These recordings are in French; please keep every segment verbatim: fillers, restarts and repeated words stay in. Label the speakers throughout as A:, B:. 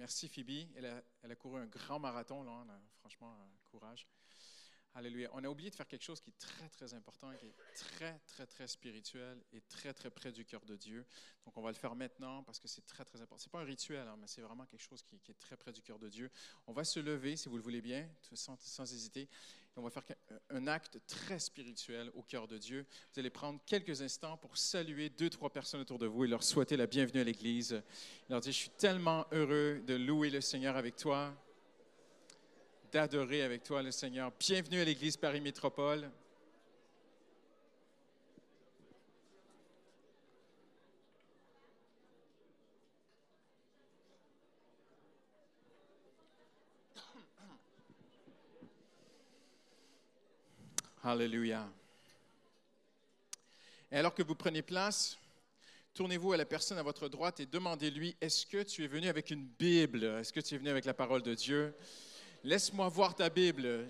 A: Merci Phoebe. Elle a, elle a couru un grand marathon, là. Franchement, euh, courage. Alléluia. On a oublié de faire quelque chose qui est très, très important, qui est très, très, très spirituel et très, très près du cœur de Dieu. Donc, on va le faire maintenant parce que c'est très, très important. Ce n'est pas un rituel, hein, mais c'est vraiment quelque chose qui, qui est très près du cœur de Dieu. On va se lever, si vous le voulez bien, sans, sans hésiter. Et on va faire un acte très spirituel au cœur de Dieu. Vous allez prendre quelques instants pour saluer deux, trois personnes autour de vous et leur souhaiter la bienvenue à l'Église. Leur dire, je suis tellement heureux de louer le Seigneur avec toi, d'adorer avec toi le Seigneur. Bienvenue à l'Église Paris Métropole. Alléluia. Et alors que vous prenez place, tournez-vous à la personne à votre droite et demandez-lui, est-ce que tu es venu avec une Bible? Est-ce que tu es venu avec la parole de Dieu? Laisse-moi voir ta Bible.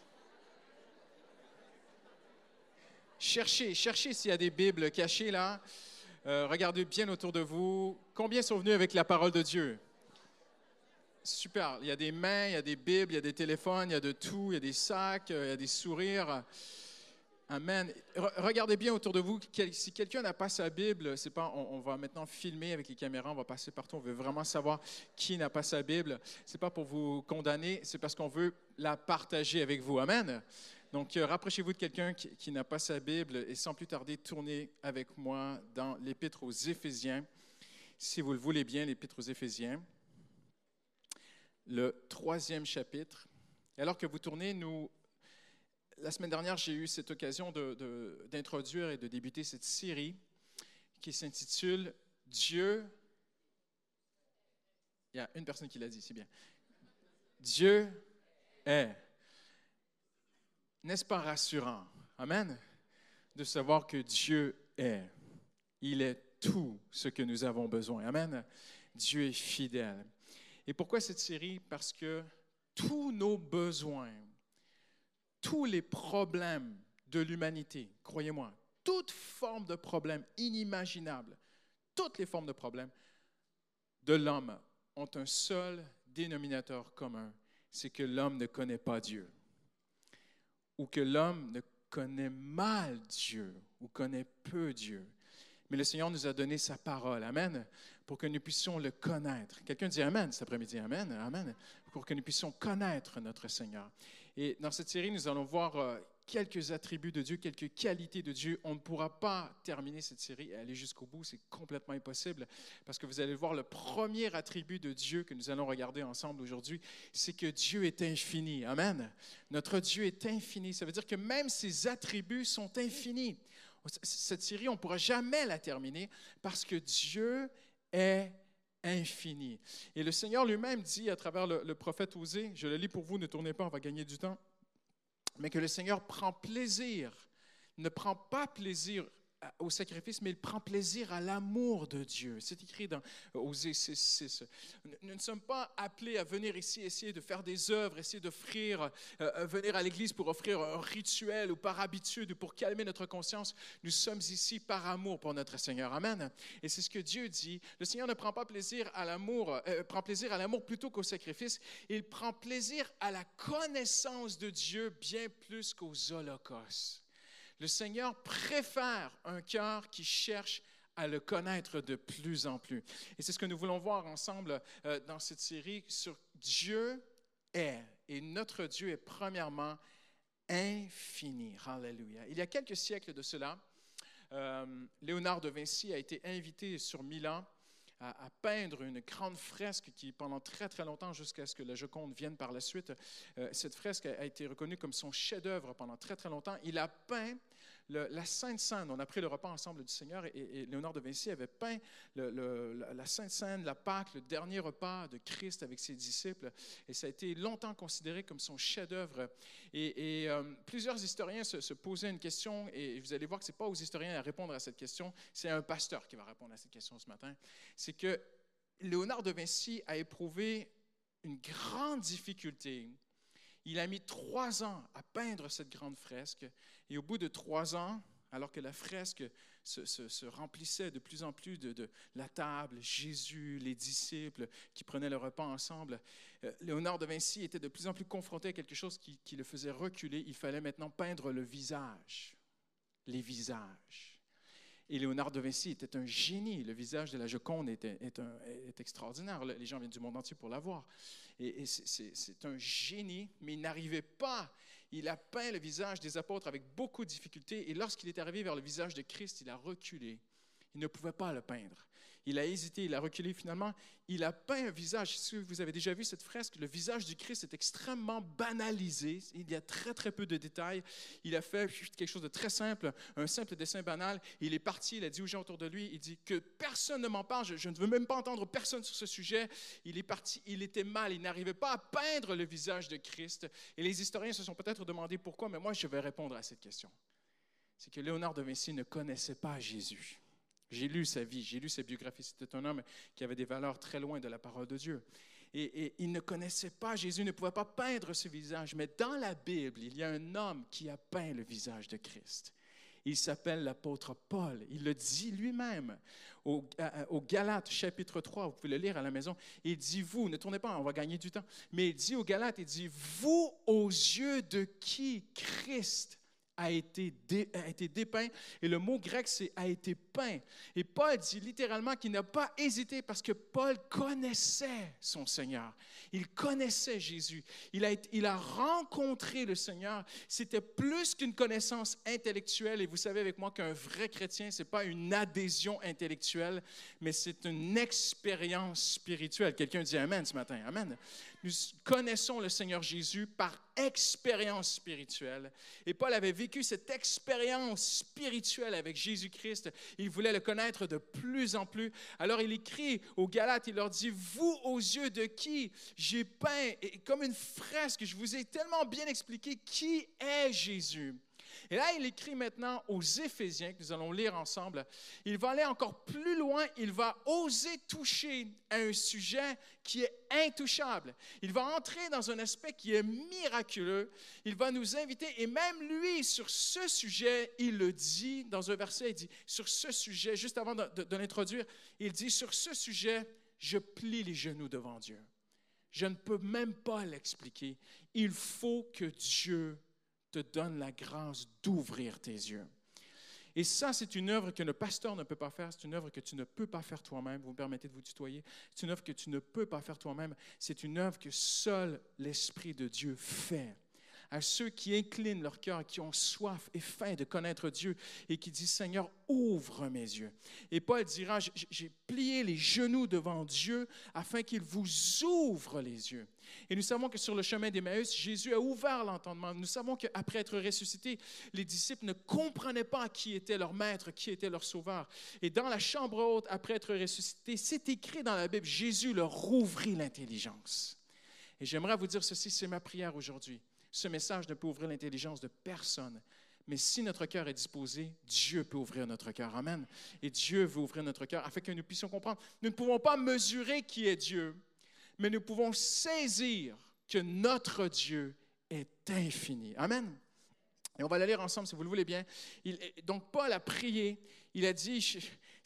A: Cherchez, cherchez s'il y a des Bibles cachées là. Euh, regardez bien autour de vous. Combien sont venus avec la parole de Dieu? Super. Il y a des mains, il y a des Bibles, il y a des téléphones, il y a de tout, il y a des sacs, il y a des sourires. Amen. Re- regardez bien autour de vous. Quel, si quelqu'un n'a pas sa Bible, c'est pas, on, on va maintenant filmer avec les caméras, on va passer partout. On veut vraiment savoir qui n'a pas sa Bible. C'est pas pour vous condamner, c'est parce qu'on veut la partager avec vous. Amen. Donc, euh, rapprochez-vous de quelqu'un qui, qui n'a pas sa Bible et sans plus tarder, tournez avec moi dans l'Épître aux Éphésiens. Si vous le voulez bien, l'Épître aux Éphésiens, le troisième chapitre. Et alors que vous tournez, nous... La semaine dernière, j'ai eu cette occasion de, de, d'introduire et de débuter cette série qui s'intitule « Dieu ». Il y a une personne qui l'a dit, c'est bien. « Dieu est ». N'est-ce pas rassurant? Amen. De savoir que Dieu est. Il est tout ce que nous avons besoin. Amen. Dieu est fidèle. Et pourquoi cette série? Parce que tous nos besoins, tous les problèmes de l'humanité, croyez-moi, toute forme de problème inimaginable, toutes les formes de problèmes de l'homme ont un seul dénominateur commun, c'est que l'homme ne connaît pas Dieu, ou que l'homme ne connaît mal Dieu, ou connaît peu Dieu. Mais le Seigneur nous a donné sa parole, amen, pour que nous puissions le connaître. Quelqu'un dit amen cet après-midi, amen, amen, pour que nous puissions connaître notre Seigneur. Et dans cette série, nous allons voir euh, quelques attributs de Dieu, quelques qualités de Dieu. On ne pourra pas terminer cette série et aller jusqu'au bout, c'est complètement impossible, parce que vous allez voir le premier attribut de Dieu que nous allons regarder ensemble aujourd'hui, c'est que Dieu est infini, amen. Notre Dieu est infini, ça veut dire que même ses attributs sont infinis. Cette série, on ne pourra jamais la terminer parce que Dieu est infini. Et le Seigneur lui-même dit à travers le, le prophète Osée, je le lis pour vous, ne tournez pas, on va gagner du temps, mais que le Seigneur prend plaisir, ne prend pas plaisir au sacrifice, mais il prend plaisir à l'amour de Dieu. C'est écrit dans Osée six six. Nous ne sommes pas appelés à venir ici, essayer de faire des œuvres, essayer d'offrir, euh, venir à l'Église pour offrir un rituel ou par habitude ou pour calmer notre conscience. Nous sommes ici par amour pour notre Seigneur. Amen. Et c'est ce que Dieu dit. Le Seigneur ne prend pas plaisir à l'amour, euh, prend plaisir à l'amour plutôt qu'au sacrifice. Il prend plaisir à la connaissance de Dieu bien plus qu'aux holocaustes. Le Seigneur préfère un cœur qui cherche à le connaître de plus en plus. Et c'est ce que nous voulons voir ensemble euh, dans cette série sur Dieu est. Et notre Dieu est premièrement infini. Alléluia. Il y a quelques siècles de cela, euh, Léonard de Vinci a été invité sur Milan à, à peindre une grande fresque qui, pendant très très longtemps, jusqu'à ce que la Joconde vienne par la suite, euh, cette fresque a, a été reconnue comme son chef-d'œuvre pendant très très longtemps. Il a peint le, la Sainte Seine. On a pris le repas ensemble du Seigneur et, et Léonard de Vinci avait peint le, le, la, la Sainte Seine, la Pâque, le dernier repas de Christ avec ses disciples. Et ça a été longtemps considéré comme son chef-d'œuvre. Et, et euh, plusieurs historiens se, se posaient une question et vous allez voir que ce n'est pas aux historiens à répondre à cette question, c'est un pasteur qui va répondre à cette question ce matin. C'est que Léonard de Vinci a éprouvé une grande difficulté. Il a mis trois ans à peindre cette grande fresque et au bout de trois ans, alors que la fresque se, se, se remplissait de plus en plus de, de la table, Jésus, les disciples qui prenaient le repas ensemble. Euh, Léonard de Vinci était de plus en plus confronté à quelque chose qui, qui le faisait reculer. Il fallait maintenant peindre le visage, les visages. Et Léonard de Vinci était un génie. Le visage de la Joconde est, est, un, est extraordinaire. Les gens viennent du monde entier pour la voir. Et, et c'est, c'est un génie, mais il n'arrivait pas. Il a peint le visage des apôtres avec beaucoup de difficultés. Et lorsqu'il est arrivé vers le visage de Christ, il a reculé. Il ne pouvait pas le peindre. Il a hésité, il a reculé. Finalement, il a peint un visage. Si vous avez déjà vu cette fresque, le visage du Christ est extrêmement banalisé. Il y a très, très peu de détails. Il a fait quelque chose de très simple, un simple dessin banal. Il est parti, il a dit aux gens autour de lui, il dit que personne ne m'en parle, je, je ne veux même pas entendre personne sur ce sujet. Il est parti, il était mal, il n'arrivait pas à peindre le visage de Christ. Et les historiens se sont peut-être demandé pourquoi, mais moi, je vais répondre à cette question. C'est que Léonard de Vinci ne connaissait pas Jésus. J'ai lu sa vie, j'ai lu sa biographie. C'était un homme qui avait des valeurs très loin de la parole de Dieu. Et, et il ne connaissait pas Jésus, ne pouvait pas peindre ce visage. Mais dans la Bible, il y a un homme qui a peint le visage de Christ. Il s'appelle l'apôtre Paul. Il le dit lui-même au, au Galates, chapitre trois. Vous pouvez le lire à la maison. Il dit, vous, ne tournez pas, on va gagner du temps. Mais il dit aux Galates, il dit, vous aux yeux de qui Christ a été, dé, a été dépeint, et le mot grec, c'est « a été peint ». Et Paul dit littéralement qu'il n'a pas hésité parce que Paul connaissait son Seigneur. Il connaissait Jésus. Il a, il a rencontré le Seigneur. C'était plus qu'une connaissance intellectuelle. Et vous savez avec moi qu'un vrai chrétien, ce n'est pas une adhésion intellectuelle, mais c'est une expérience spirituelle. Quelqu'un dit « Amen » ce matin. Amen. Nous connaissons le Seigneur Jésus par expérience spirituelle. Et Paul avait vécu cette expérience spirituelle avec Jésus-Christ. Il voulait le connaître de plus en plus. Alors il écrit aux Galates, il leur dit, vous aux yeux de qui j'ai peint, et comme une fresque, je vous ai tellement bien expliqué qui est Jésus. Et là, il écrit maintenant aux Éphésiens, que nous allons lire ensemble. Il va aller encore plus loin. Il va oser toucher à un sujet qui est intouchable. Il va entrer dans un aspect qui est miraculeux. Il va nous inviter, et même lui, sur ce sujet, il le dit dans un verset, il dit, sur ce sujet, juste avant de, de, de l'introduire, il dit, sur ce sujet, je plie les genoux devant Dieu. Je ne peux même pas l'expliquer. Il faut que Dieu te donne la grâce d'ouvrir tes yeux. Et ça, c'est une œuvre que le pasteur ne peut pas faire. C'est une œuvre que tu ne peux pas faire toi-même. Vous me permettez de vous tutoyer. C'est une œuvre que tu ne peux pas faire toi-même. C'est une œuvre que seul l'Esprit de Dieu fait. À ceux qui inclinent leur cœur, qui ont soif et faim de connaître Dieu et qui disent, Seigneur, ouvre mes yeux. Et Paul dira, j'ai plié les genoux devant Dieu afin qu'il vous ouvre les yeux. Et nous savons que sur le chemin d'Emmaüs, Jésus a ouvert l'entendement. Nous savons qu'après être ressuscité, les disciples ne comprenaient pas qui était leur maître, qui était leur sauveur. Et dans la chambre haute, après être ressuscité, c'est écrit dans la Bible, Jésus leur rouvrit l'intelligence. Et j'aimerais vous dire ceci, c'est ma prière aujourd'hui. Ce message ne peut ouvrir l'intelligence de personne. Mais si notre cœur est disposé, Dieu peut ouvrir notre cœur. Amen. Et Dieu veut ouvrir notre cœur afin que nous puissions comprendre. Nous ne pouvons pas mesurer qui est Dieu, mais nous pouvons saisir que notre Dieu est infini. Amen. Et on va la lire ensemble si vous le voulez bien. Il, donc Paul a prié. Il a dit, je,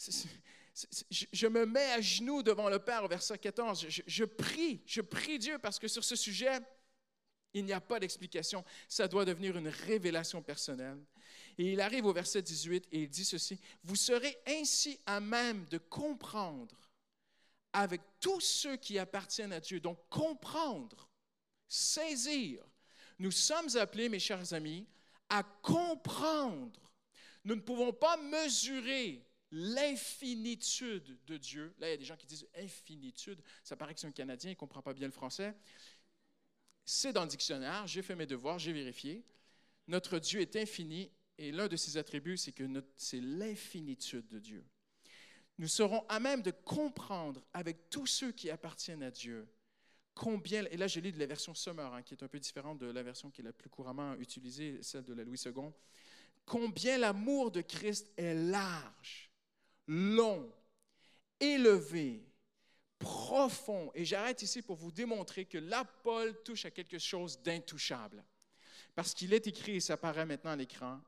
A: je, je me mets à genoux devant le Père au verset quatorze. Je, je prie, je prie Dieu parce que sur ce sujet, il n'y a pas d'explication. Ça doit devenir une révélation personnelle. Et il arrive au verset dix-huit et il dit ceci. Vous serez ainsi à même de comprendre avec tous ceux qui appartiennent à Dieu. Donc, comprendre, saisir. Nous sommes appelés, mes chers amis, à comprendre. Nous ne pouvons pas mesurer l'infinitude de Dieu. Là, il y a des gens qui disent infinitude. Ça paraît que c'est un Canadien, il ne comprend pas bien le français. C'est dans le dictionnaire, j'ai fait mes devoirs, j'ai vérifié. Notre Dieu est infini et l'un de ses attributs, c'est que notre, c'est l'infinitude de Dieu. Nous serons à même de comprendre avec tous ceux qui appartiennent à Dieu combien, et là je lis de la version Summer, hein, qui est un peu différente de la version qui est la plus couramment utilisée, celle de la Louis second, combien l'amour de Christ est large, long, élevé, profond. Et j'arrête ici pour vous démontrer que là, Paul touche à quelque chose d'intouchable. Parce qu'il est écrit, et ça apparaît maintenant à l'écran,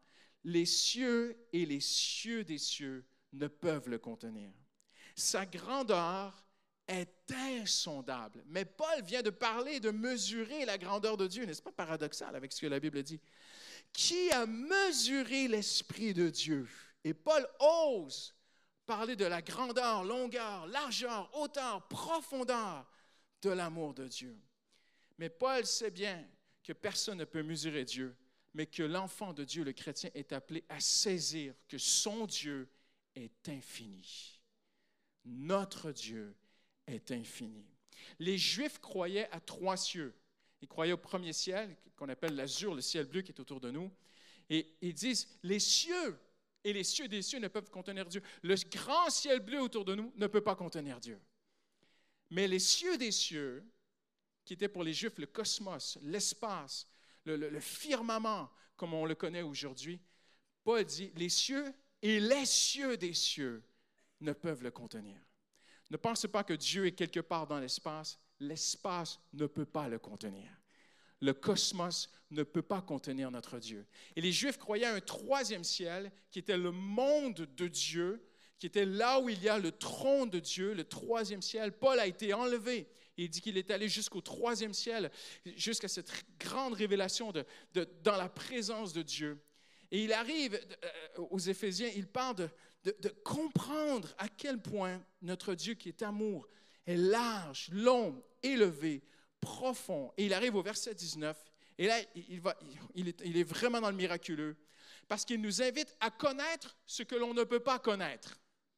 A: les cieux et les cieux des cieux ne peuvent le contenir. Sa grandeur est insondable. Mais Paul vient de parler, de mesurer la grandeur de Dieu. N'est-ce pas paradoxal avec ce que la Bible dit? Qui a mesuré l'Esprit de Dieu? Et Paul ose parler de la grandeur, longueur, largeur, hauteur, profondeur de l'amour de Dieu. Mais Paul sait bien que personne ne peut mesurer Dieu, mais que l'enfant de Dieu, le chrétien, est appelé à saisir que son Dieu est infini. Notre Dieu est infini. Les Juifs croyaient à trois cieux. Ils croyaient au premier ciel, qu'on appelle l'azur, le ciel bleu qui est autour de nous. Et ils disent, les cieux et les cieux des cieux ne peuvent contenir Dieu. Le grand ciel bleu autour de nous ne peut pas contenir Dieu. Mais les cieux des cieux, qui étaient pour les Juifs le cosmos, l'espace, le, le, le firmament, comme on le connaît aujourd'hui, Paul dit, les cieux et les cieux des cieux ne peuvent le contenir. Ne pensez pas que Dieu est quelque part dans l'espace. L'espace ne peut pas le contenir. Le cosmos ne peut pas contenir notre Dieu. Et les Juifs croyaient à un troisième ciel qui était le monde de Dieu, qui était là où il y a le trône de Dieu, le troisième ciel. Paul a été enlevé. Il dit qu'il est allé jusqu'au troisième ciel, jusqu'à cette grande révélation de, de, dans la présence de Dieu. Et il arrive euh, aux Éphésiens, il parle de, de, de comprendre à quel point notre Dieu qui est amour est large, long, élevé, profond. Et il arrive au verset dix-neuf, et là, il, va, il, est, il est vraiment dans le miraculeux, parce qu'il nous invite à connaître ce que l'on ne peut pas connaître.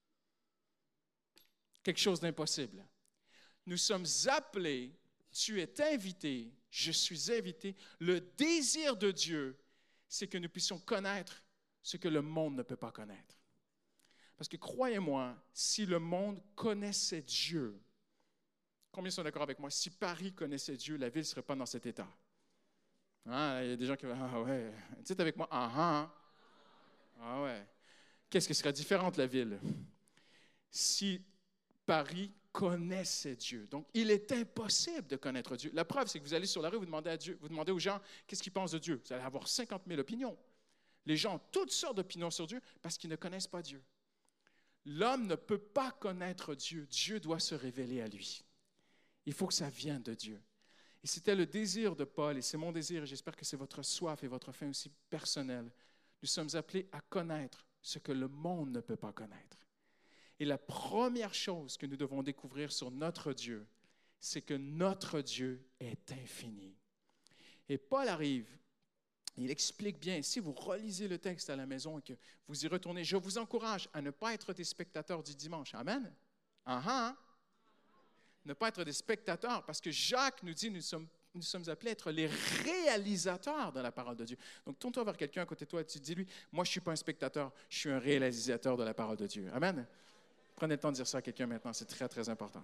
A: Quelque chose d'impossible. Nous sommes appelés, tu es invité, je suis invité. Le désir de Dieu, c'est que nous puissions connaître ce que le monde ne peut pas connaître. Parce que croyez-moi, si le monde connaissait Dieu, combien sont d'accord avec moi? Si Paris connaissait Dieu, la ville ne serait pas dans cet état. Hein? Il y a des gens qui vont, ah ouais, dites avec moi, ah ah, ah ouais. Qu'est-ce qui serait différent de la ville? Si Paris connaissait Dieu. Donc, il est impossible de connaître Dieu. La preuve, c'est que vous allez sur la rue, vous demandez à Dieu, vous demandez aux gens qu'est-ce qu'ils pensent de Dieu. Vous allez avoir cinquante mille opinions. Les gens ont toutes sortes d'opinions sur Dieu parce qu'ils ne connaissent pas Dieu. L'homme ne peut pas connaître Dieu. Dieu doit se révéler à lui. Il faut que ça vienne de Dieu. Et c'était le désir de Paul, et c'est mon désir, et j'espère que c'est votre soif et votre faim aussi personnelle. Nous sommes appelés à connaître ce que le monde ne peut pas connaître. Et la première chose que nous devons découvrir sur notre Dieu, c'est que notre Dieu est infini. Et Paul arrive, il explique bien, si vous relisez le texte à la maison et que vous y retournez, je vous encourage à ne pas être des spectateurs du dimanche. Amen? Uh-huh. Ne pas être des spectateurs, parce que Jacques nous dit, nous sommes, nous sommes appelés à être les réalisateurs de la parole de Dieu. Donc, tourne-toi vers quelqu'un à côté de toi et tu dis-lui, moi, je ne suis pas un spectateur, je suis un réalisateur de la parole de Dieu. Amen? Prenez le temps de dire ça à quelqu'un maintenant, c'est très, très important.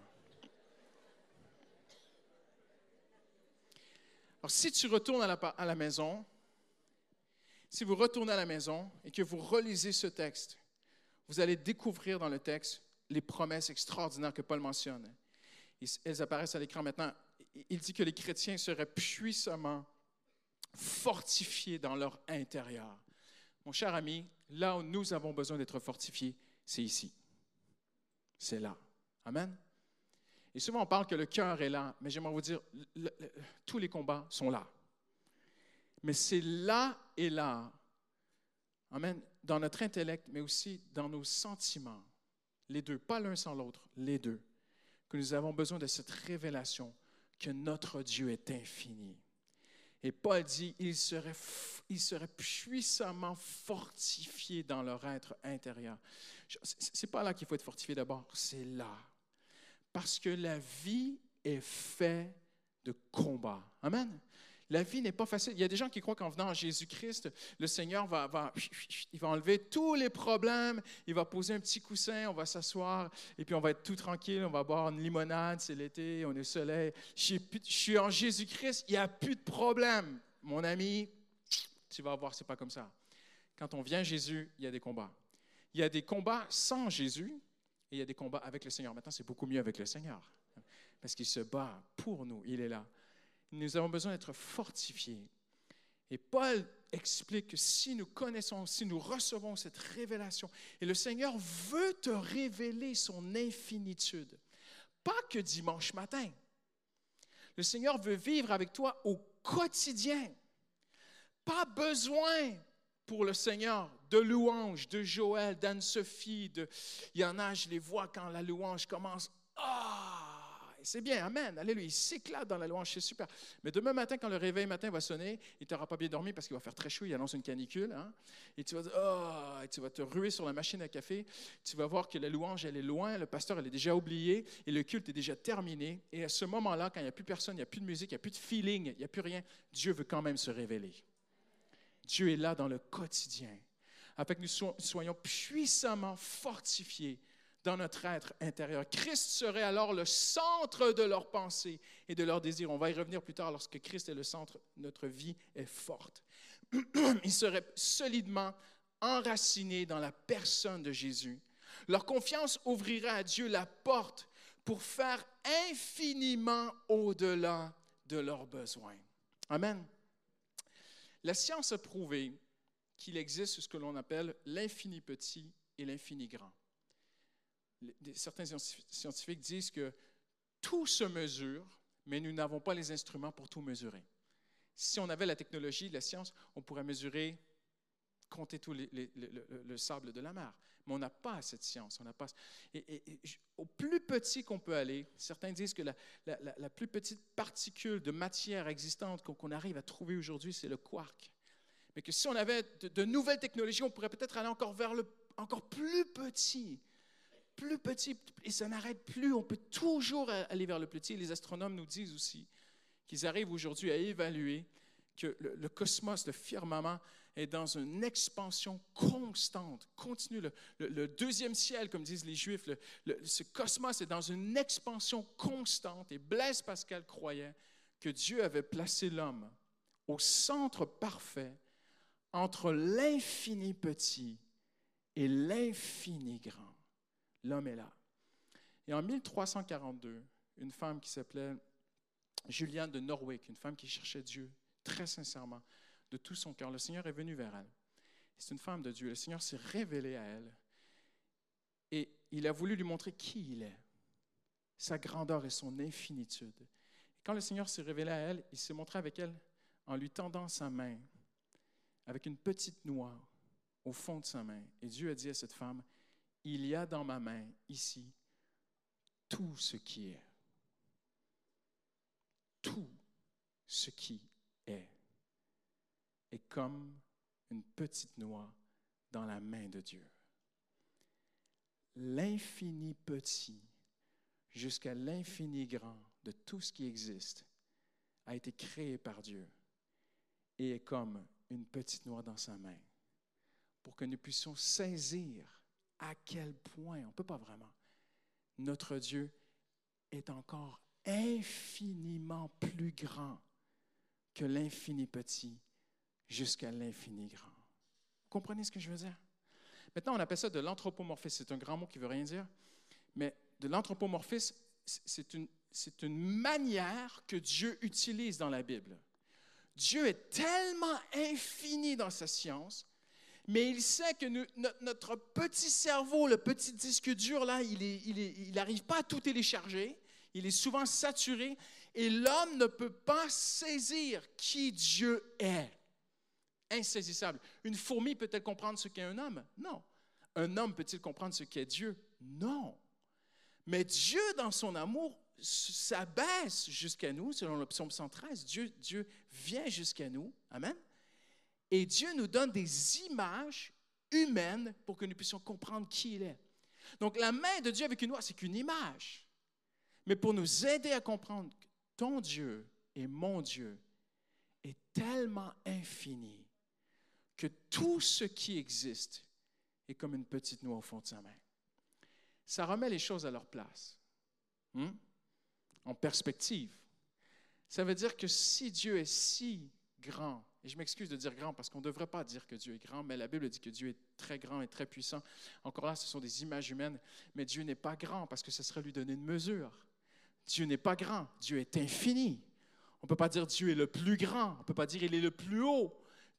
A: Alors, si tu retournes à la, à la maison, si vous retournez à la maison et que vous relisez ce texte, vous allez découvrir dans le texte les promesses extraordinaires que Paul mentionne. Elles apparaissent à l'écran maintenant. Il dit que les chrétiens seraient puissamment fortifiés dans leur intérieur. Mon cher ami, là où nous avons besoin d'être fortifiés, c'est ici. C'est là. Amen? Et souvent, on parle que le cœur est là, mais j'aimerais vous dire, le, le, tous les combats sont là. Mais c'est là et là, amen, dans notre intellect, mais aussi dans nos sentiments, les deux, pas l'un sans l'autre, les deux, que nous avons besoin de cette révélation que notre Dieu est infini. Et Paul dit, ils seraient, ils seraient puissamment fortifiés dans leur être intérieur. Ce n'est pas là qu'il faut être fortifié d'abord, c'est là. Parce que la vie est faite de combats. Amen. La vie n'est pas facile. Il y a des gens qui croient qu'en venant à Jésus-Christ, le Seigneur va, va, il va enlever tous les problèmes, il va poser un petit coussin, on va s'asseoir, et puis on va être tout tranquille, on va boire une limonade, c'est l'été, on est au soleil. Je suis en Jésus-Christ, il n'y a plus de problème. Mon ami, tu vas voir, ce n'est pas comme ça. Quand on vient à Jésus, il y a des combats. Il y a des combats sans Jésus, et il y a des combats avec le Seigneur. Maintenant, c'est beaucoup mieux avec le Seigneur, parce qu'il se bat pour nous, il est là. Nous avons besoin d'être fortifiés. Et Paul explique que si nous connaissons, si nous recevons cette révélation, et le Seigneur veut te révéler son infinitude, pas que dimanche matin. Le Seigneur veut vivre avec toi au quotidien. Pas besoin pour le Seigneur de louange, de Joël, d'Anne-Sophie. De... Il y en a, je les vois quand la louange commence. Ah! C'est bien, amen, alléluia. Il s'éclate dans la louange, c'est super. Mais demain matin, quand le réveil matin va sonner, il ne t'aura pas bien dormi parce qu'il va faire très chaud, il annonce une canicule. Hein? Et tu vas dire, oh, et tu vas te ruer sur la machine à café. Tu vas voir que la louange, elle est loin, le pasteur, elle est déjà oublié et le culte est déjà terminé. Et à ce moment-là, quand il n'y a plus personne, il n'y a plus de musique, il n'y a plus de feeling, il n'y a plus rien, Dieu veut quand même se révéler. Dieu est là dans le quotidien, afin que nous soyons puissamment fortifiés dans notre être intérieur. Christ serait alors le centre de leurs pensées et de leurs désirs. On va y revenir plus tard lorsque Christ est le centre, notre vie est forte. Ils seraient solidement enracinés dans la personne de Jésus. Leur confiance ouvrirait à Dieu la porte pour faire infiniment au-delà de leurs besoins. Amen. La science a prouvé qu'il existe ce que l'on appelle l'infini petit et l'infini grand. Certains scientifiques disent que tout se mesure, mais nous n'avons pas les instruments pour tout mesurer. Si on avait la technologie, la science, on pourrait mesurer, compter tout les, les, le, le, le sable de la mer. Mais on n'a pas cette science. On n'a pas... Et, et, et, au plus petit qu'on peut aller, certains disent que la, la, la, la plus petite particule de matière existante qu'on, qu'on arrive à trouver aujourd'hui, c'est le quark. Mais que si on avait de, de nouvelles technologies, on pourrait peut-être aller encore vers le encore plus petit. Plus petit, et ça n'arrête plus. On peut toujours aller vers le petit. Les astronomes nous disent aussi qu'ils arrivent aujourd'hui à évaluer que le, le cosmos, le firmament, est dans une expansion constante, continue. Le, le, le deuxième ciel, comme disent les Juifs, le, le, ce cosmos est dans une expansion constante. Et Blaise Pascal croyait que Dieu avait placé l'homme au centre parfait entre l'infini petit et l'infini grand. L'homme est là. Et en mille trois cent quarante-deux, une femme qui s'appelait Juliane de Norwich, une femme qui cherchait Dieu très sincèrement, de tout son cœur, le Seigneur est venu vers elle. C'est une femme de Dieu. Le Seigneur s'est révélé à elle et il a voulu lui montrer qui il est, sa grandeur et son infinitude. Et quand le Seigneur s'est révélé à elle, il s'est montré avec elle en lui tendant sa main avec une petite noix au fond de sa main. Et Dieu a dit à cette femme, « Il y a dans ma main, ici, tout ce qui est. Tout ce qui est. Et comme une petite noix dans la main de Dieu. » L'infini petit jusqu'à l'infini grand de tout ce qui existe a été créé par Dieu et est comme une petite noix dans sa main pour que nous puissions saisir à quel point, on ne peut pas vraiment, notre Dieu est encore infiniment plus grand que l'infini petit jusqu'à l'infini grand. Vous comprenez ce que je veux dire? Maintenant, on appelle ça de l'anthropomorphisme. C'est un grand mot qui ne veut rien dire, mais de l'anthropomorphisme, c'est une, c'est une manière que Dieu utilise dans la Bible. Dieu est tellement infini dans sa science, mais il sait que nous, notre petit cerveau, le petit disque dur, là, il n'arrive il est, il arrive pas à tout télécharger. Il est souvent saturé et l'homme ne peut pas saisir qui Dieu est. Insaisissable. Une fourmi peut-elle comprendre ce qu'est un homme? Non. Un homme peut-il comprendre ce qu'est Dieu? Non. Mais Dieu, dans son amour, s'abaisse jusqu'à nous, selon le psaume cent treize. Dieu, Dieu vient jusqu'à nous. Amen. Et Dieu nous donne des images humaines pour que nous puissions comprendre qui il est. Donc, la main de Dieu avec une noix, c'est qu'une image. Mais pour nous aider à comprendre que ton Dieu et mon Dieu est tellement infini que tout ce qui existe est comme une petite noix au fond de sa main. Ça remet les choses à leur place, hein? En perspective. Ça veut dire que si Dieu est si grand, et je m'excuse de dire grand parce qu'on ne devrait pas dire que Dieu est grand, mais la Bible dit que Dieu est très grand et très puissant. Encore là, ce sont des images humaines, mais Dieu n'est pas grand parce que ce serait lui donner une mesure. Dieu n'est pas grand, Dieu est infini. On ne peut pas dire Dieu est le plus grand, on ne peut pas dire il est le plus haut.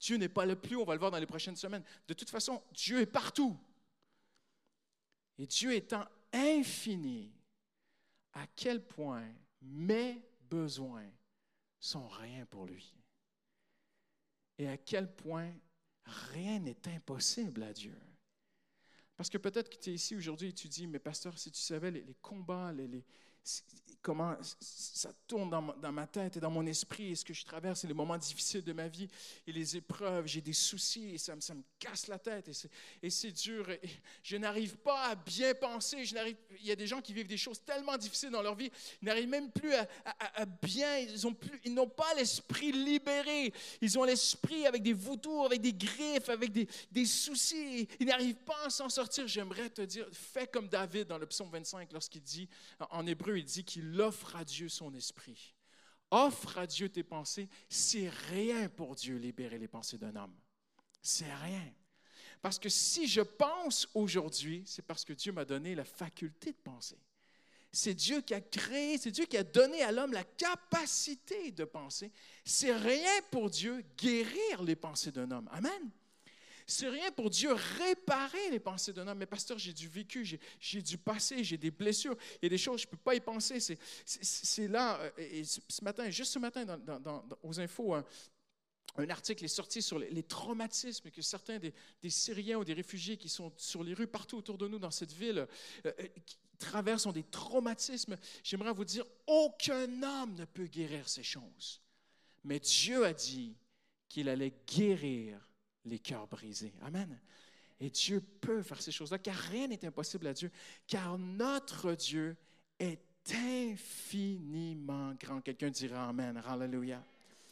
A: Dieu n'est pas là plus, on va le voir dans les prochaines semaines. De toute façon, Dieu est partout. Et Dieu étant infini, à quel point mes besoins sont rien pour lui. Et à quel point rien n'est impossible à Dieu. Parce que peut-être que tu es ici aujourd'hui et tu dis, mais pasteur, si tu savais les, les combats, les, les, comment ça tourne dans ma, dans ma tête et dans mon esprit, et ce que je traverse, et les moments difficiles de ma vie, et les épreuves, j'ai des soucis, et ça, ça me casse la tête, et c'est, et c'est dur, et je n'arrive pas à bien penser, je n'arrive, il y a des gens qui vivent des choses tellement difficiles dans leur vie, ils n'arrivent même plus à, à, à bien, ils, ont plus, ils n'ont pas l'esprit libéré, ils ont l'esprit avec des vautours, avec des griffes, avec des, des soucis, ils n'arrivent pas à s'en sortir. J'aimerais te dire, fais comme David dans le psaume vingt-cinq, lorsqu'il dit, en hébreu, il dit qu'il offre à Dieu son esprit. Offre à Dieu tes pensées. C'est rien pour Dieu libérer les pensées d'un homme. C'est rien. Parce que si je pense aujourd'hui, c'est parce que Dieu m'a donné la faculté de penser. C'est Dieu qui a créé, c'est Dieu qui a donné à l'homme la capacité de penser. C'est rien pour Dieu guérir les pensées d'un homme. Amen. C'est rien pour Dieu réparer les pensées d'un homme. Mais pasteur, j'ai du vécu, j'ai, j'ai du passé, j'ai des blessures. Il y a des choses, je ne peux pas y penser. C'est, c'est, c'est là, et ce matin, juste ce matin, dans, dans, dans, aux infos, un, un article est sorti sur les, les traumatismes que certains des, des Syriens ou des réfugiés qui sont sur les rues partout autour de nous dans cette ville euh, qui traversent ont des traumatismes. J'aimerais vous dire, aucun homme ne peut guérir ces choses. Mais Dieu a dit qu'il allait guérir les cœurs brisés. Amen. Et Dieu peut faire ces choses-là, car rien n'est impossible à Dieu, car notre Dieu est infiniment grand. Quelqu'un dira Amen. Alléluia.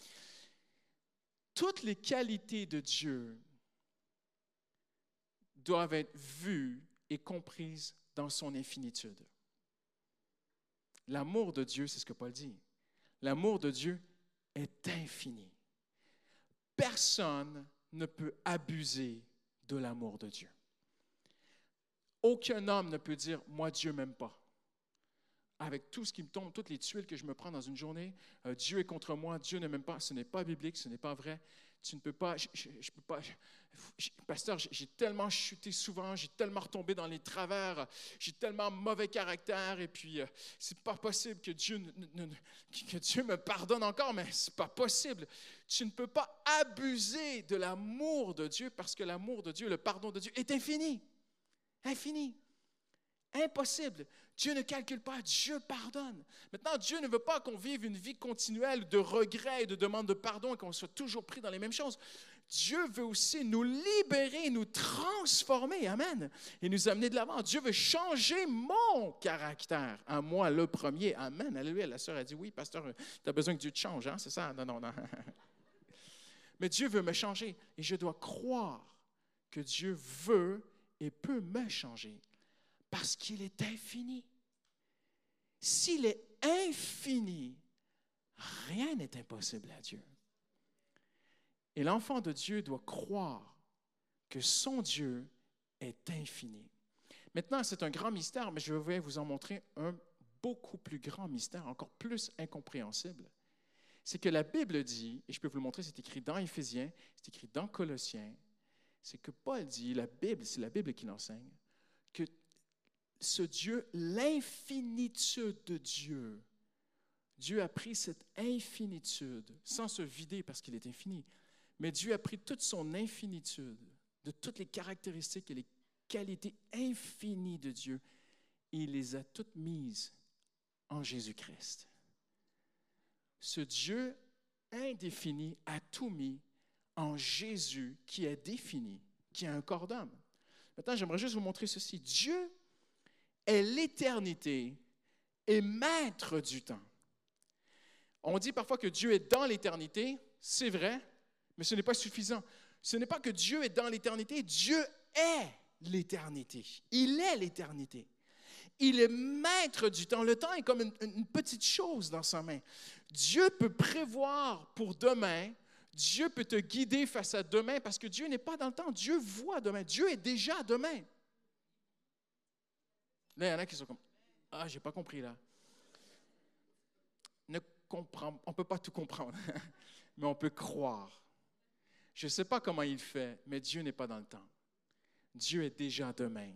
A: Toutes les qualités de Dieu doivent être vues et comprises dans son infinitude. L'amour de Dieu, c'est ce que Paul dit. L'amour de Dieu est infini. Personne ne peut abuser de l'amour de Dieu. Aucun homme ne peut dire « moi, Dieu ne m'aime pas ». Avec tout ce qui me tombe, toutes les tuiles que je me prends dans une journée, euh, Dieu est contre moi, Dieu ne m'aime pas. Ce n'est pas biblique, ce n'est pas vrai. Tu ne peux pas, je, je, je peux pas, je, je, pasteur, j'ai tellement chuté souvent, j'ai tellement retombé dans les travers, j'ai tellement mauvais caractère, et puis euh, c'est pas possible que Dieu, ne, ne, que Dieu me pardonne encore, mais c'est pas possible. Tu ne peux pas abuser de l'amour de Dieu, parce que l'amour de Dieu, le pardon de Dieu est infini. Infini. Impossible. Dieu ne calcule pas, Dieu pardonne. Maintenant, Dieu ne veut pas qu'on vive une vie continuelle de regrets et de demande de pardon et qu'on soit toujours pris dans les mêmes choses. Dieu veut aussi nous libérer, nous transformer, amen, et nous amener de l'avant. Dieu veut changer mon caractère, à moi le premier, amen. Alléluia. La sœur a dit, oui, pasteur, tu as besoin que Dieu te change, hein? C'est ça? Non, non, non. Mais Dieu veut me changer et je dois croire que Dieu veut et peut me changer. Parce qu'il est infini. S'il est infini, rien n'est impossible à Dieu. Et l'enfant de Dieu doit croire que son Dieu est infini. Maintenant, c'est un grand mystère, mais je vais vous en montrer un beaucoup plus grand mystère, encore plus incompréhensible. C'est que la Bible dit, et je peux vous le montrer, c'est écrit dans Éphésiens, c'est écrit dans Colossiens, c'est que Paul dit, la Bible, c'est la Bible qui l'enseigne, que ce Dieu, l'infinitude de Dieu, Dieu a pris cette infinitude, sans se vider parce qu'il est infini, mais Dieu a pris toute son infinitude, de toutes les caractéristiques et les qualités infinies de Dieu, et il les a toutes mises en Jésus-Christ. Ce Dieu indéfini a tout mis en Jésus qui est défini, qui a un corps d'homme. Maintenant, j'aimerais juste vous montrer ceci. Dieu est l'éternité et maître du temps. On dit parfois que Dieu est dans l'éternité, c'est vrai, mais ce n'est pas suffisant. Ce n'est pas que Dieu est dans l'éternité, Dieu est l'éternité. Il est l'éternité. Il est maître du temps. Le temps est comme une, une petite chose dans sa main. Dieu peut prévoir pour demain, Dieu peut te guider face à demain parce que Dieu n'est pas dans le temps. Dieu voit demain. Dieu est déjà demain. Là, il y en a qui sont comme « Ah, je n'ai pas compris là. » Ne comprend, on ne peut pas tout comprendre, mais on peut croire. Je ne sais pas comment il fait, mais Dieu n'est pas dans le temps. Dieu est déjà demain.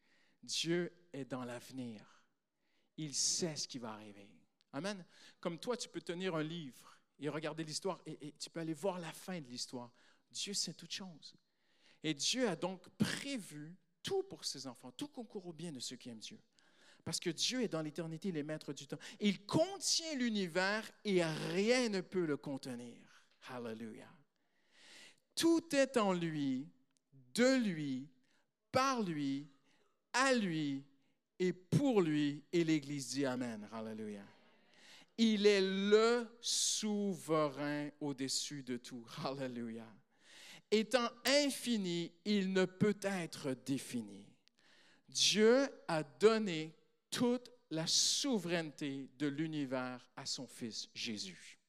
A: Dieu est dans l'avenir. Il sait ce qui va arriver. Amen. Comme toi, tu peux tenir un livre et regarder l'histoire et, et tu peux aller voir la fin de l'histoire. Dieu sait toutes choses. Et Dieu a donc prévu tout pour ses enfants. Tout concourt au bien de ceux qui aiment Dieu. Parce que Dieu est dans l'éternité, il est maître du temps. Il contient l'univers et rien ne peut le contenir. Hallelujah. Tout est en lui, de lui, par lui, à lui et pour lui. Et l'Église dit Amen. Hallelujah. Il est le souverain au-dessus de tout. Hallelujah. Étant infini, il ne peut être défini. Dieu a donné toute la souveraineté de l'univers à son Fils Jésus.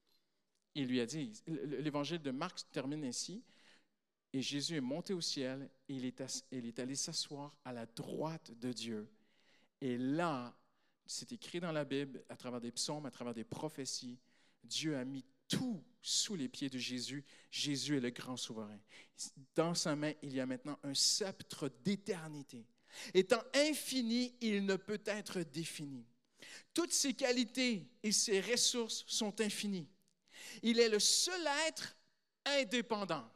A: Il lui a dit, l'évangile de Marc termine ainsi, et Jésus est monté au ciel, et il est, à, il est allé s'asseoir à la droite de Dieu. Et là, c'est écrit dans la Bible, à travers des psaumes, à travers des prophéties, Dieu a mis tout sous les pieds de Jésus. Jésus est le grand souverain. Dans sa main, il y a maintenant un sceptre d'éternité. Étant infini, il ne peut être défini. Toutes ses qualités et ses ressources sont infinies. Il est le seul être indépendant.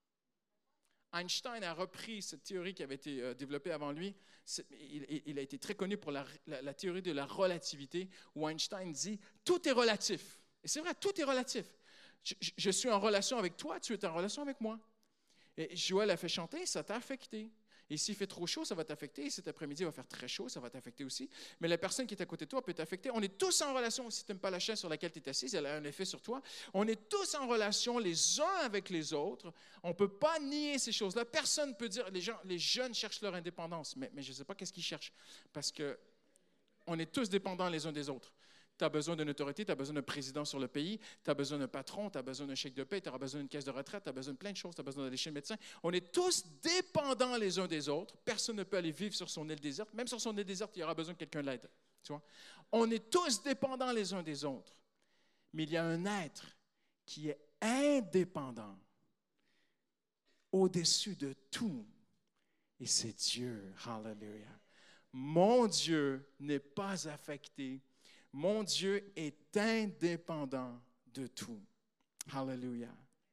A: Einstein a repris cette théorie qui avait été développée avant lui. Il, il a été très connu pour la, la, la théorie de la relativité, où Einstein dit « tout est relatif ». Et c'est vrai, tout est relatif. Je, je, je suis en relation avec toi, tu es en relation avec moi. Et Joël a fait chanter, ça t'a affecté. Et s'il fait trop chaud, ça va t'affecter. Et cet après-midi, il va faire très chaud, ça va t'affecter aussi. Mais la personne qui est à côté de toi peut t'affecter. On est tous en relation. Si tu n'aimes pas la chaise sur laquelle tu es assise, elle a un effet sur toi. On est tous en relation les uns avec les autres. On ne peut pas nier ces choses-là. Personne ne peut dire, les, gens, les jeunes cherchent leur indépendance. Mais, mais je ne sais pas qu'est-ce qu'ils cherchent. Parce qu'on est tous dépendants les uns des autres. Tu as besoin d'une autorité, tu as besoin d'un président sur le pays, tu as besoin d'un patron, tu as besoin d'un chèque de paie, tu as besoin d'une caisse de retraite, tu as besoin de plein de choses, tu as besoin d'aller chez le médecin. On est tous dépendants les uns des autres. Personne ne peut aller vivre sur son île déserte. Même sur son île déserte, il y aura besoin que quelqu'un l'aide. Tu vois? On est tous dépendants les uns des autres. Mais il y a un être qui est indépendant, au-dessus de tout. Et c'est Dieu. Hallelujah. Mon Dieu n'est pas affecté. Mon Dieu est indépendant de tout. Hallelujah.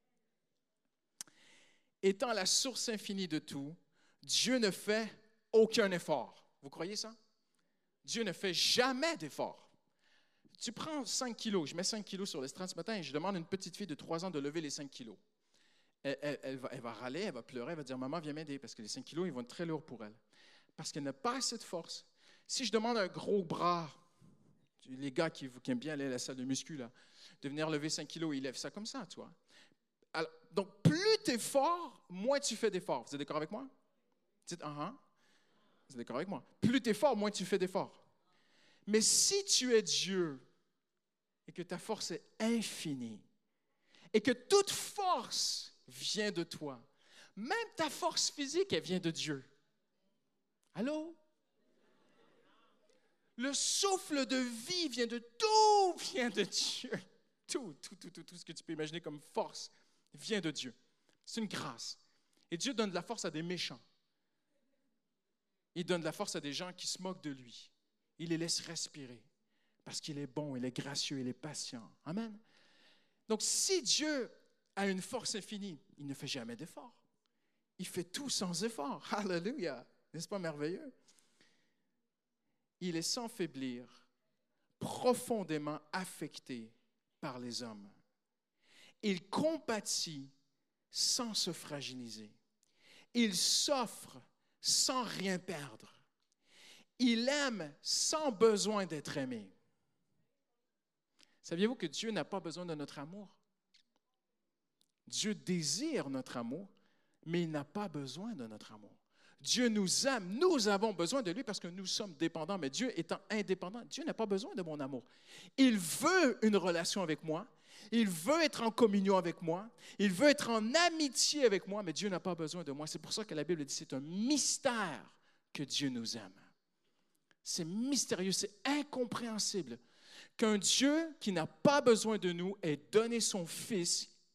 A: Étant la source infinie de tout, Dieu ne fait aucun effort. Vous croyez ça? Dieu ne fait jamais d'effort. Tu prends cinq kilos, je mets cinq kilos sur l'estrade ce matin et je demande à une petite fille de trois ans de lever les cinq kilos. Elle, elle, elle, va, elle va râler, elle va pleurer, elle va dire « Maman, viens m'aider » parce que les cinq kilos, ils vont être très lourds pour elle. Parce qu'elle n'a pas assez de force. Si je demande un gros bras, les gars qui, qui aiment bien aller à la salle de muscu, là, de venir lever cinq kilos, ils lèvent ça comme ça, tu vois. Alors, donc, plus tu es fort, moins tu fais d'efforts. Vous êtes d'accord avec moi? Dites « Ah uh-huh. » Vous êtes d'accord avec moi? Plus tu es fort, moins tu fais d'efforts. Mais si tu es Dieu et que ta force est infinie et que toute force vient de toi, même ta force physique, elle vient de Dieu. Allô? Le souffle de vie vient de tout, vient de Dieu. Tout, tout, tout, tout, tout ce que tu peux imaginer comme force vient de Dieu. C'est une grâce. Et Dieu donne de la force à des méchants. Il donne de la force à des gens qui se moquent de lui. Il les laisse respirer parce qu'il est bon, il est gracieux, il est patient. Amen. Donc, si Dieu a une force infinie, il ne fait jamais d'effort. Il fait tout sans effort. Alléluia. N'est-ce pas merveilleux? Il est sans faiblir, profondément affecté par les hommes. Il compatit sans se fragiliser. Il s'offre sans rien perdre. Il aime sans besoin d'être aimé. Saviez-vous que Dieu n'a pas besoin de notre amour? Dieu désire notre amour, mais il n'a pas besoin de notre amour. Dieu nous aime, nous avons besoin de lui parce que nous sommes dépendants, mais Dieu étant indépendant, Dieu n'a pas besoin de mon amour. Il veut une relation avec moi, il veut être en communion avec moi, il veut être en amitié avec moi, mais Dieu n'a pas besoin de moi. C'est pour ça que la Bible dit que c'est un mystère que Dieu nous aime. C'est mystérieux, c'est incompréhensible qu'un Dieu qui n'a pas besoin de nous ait donné son Fils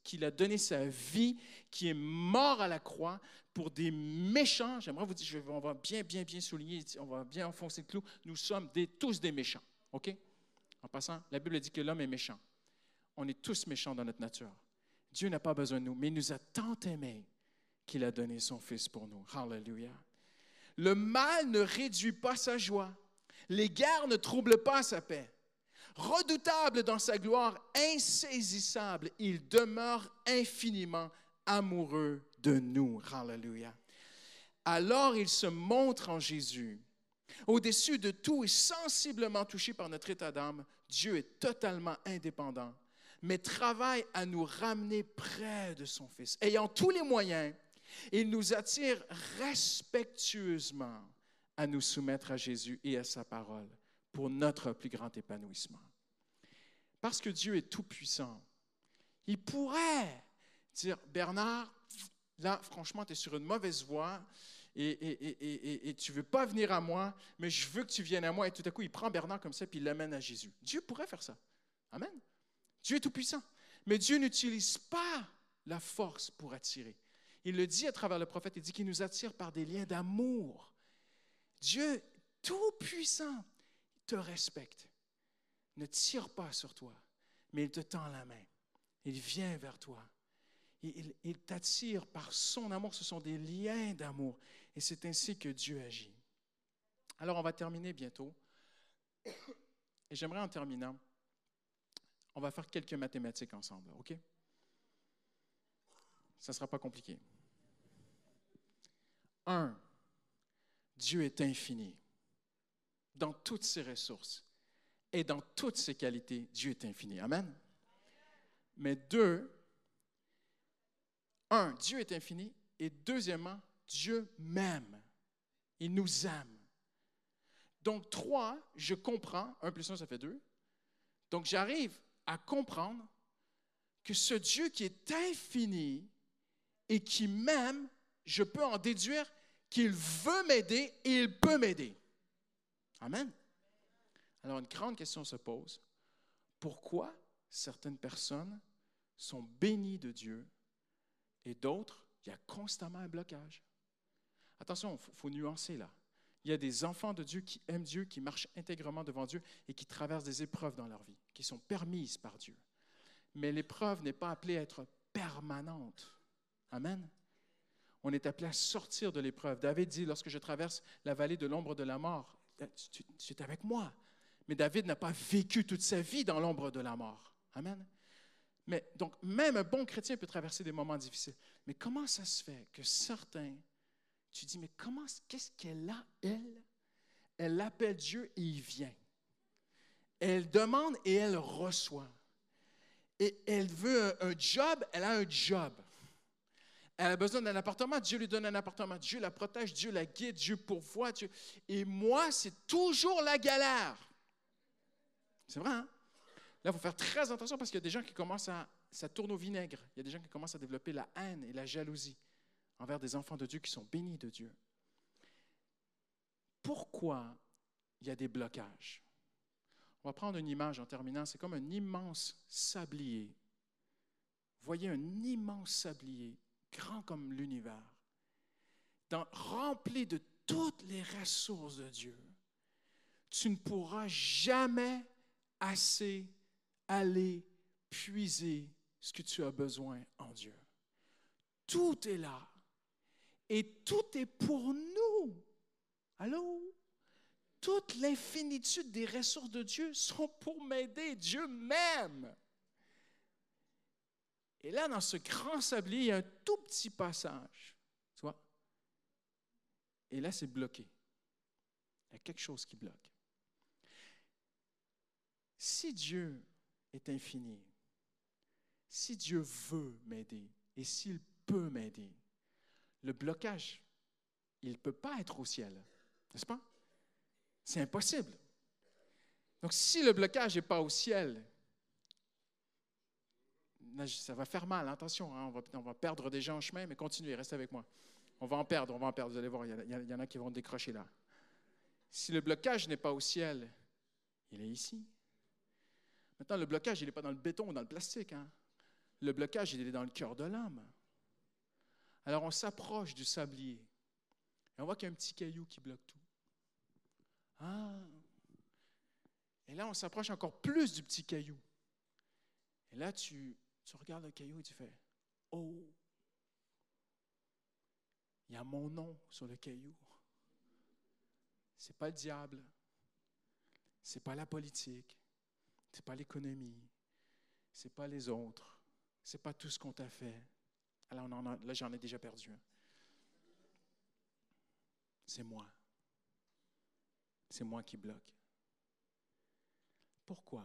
A: qu'il a donné sa vie, qui est mort à la croix pour des méchants. J'aimerais vous dire, on va bien, bien, bien souligner, on va bien enfoncer le clou. Nous sommes des, tous des méchants, OK? En passant, la Bible dit que l'homme est méchant. On est tous méchants dans notre nature. Dieu n'a pas besoin de nous, mais il nous a tant aimés qu'il a donné son Fils pour nous. Hallelujah. Le mal ne réduit pas sa joie. Les guerres ne troublent pas sa paix. Redoutable dans sa gloire, insaisissable, il demeure infiniment amoureux de nous. Hallelujah. Alors il se montre en Jésus. Au-dessus de tout et sensiblement touché par notre état d'âme, Dieu est totalement indépendant, mais travaille à nous ramener près de son Fils. Ayant tous les moyens, il nous attire respectueusement à nous soumettre à Jésus et à sa parole pour notre plus grand épanouissement. Parce que Dieu est tout-puissant, il pourrait dire, Bernard, là, franchement, tu es sur une mauvaise voie et, et, et, et, et tu ne veux pas venir à moi, mais je veux que tu viennes à moi. Et tout à coup, il prend Bernard comme ça et il l'amène à Jésus. Dieu pourrait faire ça. Amen. Dieu est tout-puissant. Mais Dieu n'utilise pas la force pour attirer. Il le dit à travers le prophète, il dit qu'il nous attire par des liens d'amour. Dieu tout-puissant te respecte, ne tire pas sur toi, mais il te tend la main. Il vient vers toi. Il, il, il t'attire par son amour. Ce sont des liens d'amour. Et c'est ainsi que Dieu agit. Alors, on va terminer bientôt. Et j'aimerais en terminant, on va faire quelques mathématiques ensemble, OK? Ça ne sera pas compliqué. Un, Dieu est infini. Dans toutes ses ressources et dans toutes ses qualités, Dieu est infini. Amen? Mais deux, un, Dieu est infini. Et deuxièmement, Dieu m'aime. Il nous aime. Donc, trois, je comprends. Un plus un, ça fait deux. Donc, j'arrive à comprendre que ce Dieu qui est infini et qui m'aime, je peux en déduire qu'il veut m'aider et il peut m'aider. Amen. Alors, une grande question se pose. Pourquoi certaines personnes sont bénies de Dieu et d'autres, il y a constamment un blocage? Attention, il faut, faut nuancer là. Il y a des enfants de Dieu qui aiment Dieu, qui marchent intégralement devant Dieu et qui traversent des épreuves dans leur vie, qui sont permises par Dieu. Mais l'épreuve n'est pas appelée à être permanente. Amen. On est appelé à sortir de l'épreuve. David dit, lorsque je traverse la vallée de l'ombre de la mort, tu, tu es avec moi. Mais David n'a pas vécu toute sa vie dans l'ombre de la mort. Amen. Mais donc, même un bon chrétien peut traverser des moments difficiles. Mais comment ça se fait que certains, tu dis, mais comment, qu'est-ce qu'elle a, elle? Elle appelle Dieu et il vient. Elle demande et elle reçoit. Et elle veut un, un job, elle a un job. Elle a besoin d'un appartement, Dieu lui donne un appartement. Dieu la protège, Dieu la guide, Dieu pourvoit. Dieu... Et moi, c'est toujours la galère. C'est vrai, hein? Là, il faut faire très attention parce qu'il y a des gens qui commencent à... Ça tourne au vinaigre. Il y a des gens qui commencent à développer la haine et la jalousie envers des enfants de Dieu qui sont bénis de Dieu. Pourquoi il y a des blocages? On va prendre une image en terminant. C'est comme un immense sablier. Voyez un immense sablier, grand comme l'univers, dans, rempli de toutes les ressources de Dieu. Tu ne pourras jamais assez aller puiser ce que tu as besoin en Dieu. Tout est là. Et tout est pour nous. Allô? Toute l'infinitude des ressources de Dieu sont pour m'aider. Dieu m'aime. Et là, dans ce grand sablier, il y a un tout petit passage. Tu vois? Et là, c'est bloqué. Il y a quelque chose qui bloque. Si Dieu est infini, si Dieu veut m'aider et s'il peut m'aider, le blocage, il ne peut pas être au ciel, n'est-ce pas? C'est impossible. Donc, si le blocage n'est pas au ciel, ça va faire mal, attention, hein, on, va, on va perdre des gens en chemin, mais continuez, restez avec moi. On va en perdre, on va en perdre, vous allez voir, il y, a, il y en a qui vont décrocher là. Si le blocage n'est pas au ciel, il est ici. Maintenant, le blocage, il n'est pas dans le béton ou dans le plastique. Hein. le blocage, il est dans le cœur de l'homme. Alors, on s'approche du sablier. Et on voit qu'il y a un petit caillou qui bloque tout. Ah! Et là, on s'approche encore plus du petit caillou. Et là, tu, tu regardes le caillou et tu fais « Oh! Il y a mon nom sur le caillou. » Ce n'est pas le diable. Ce n'est pas la politique. Ce n'est pas l'économie. Ce n'est pas les autres. Ce n'est pas tout ce qu'on t'a fait. Alors, on en a, là, j'en ai déjà perdu un. C'est moi. C'est moi qui bloque. Pourquoi?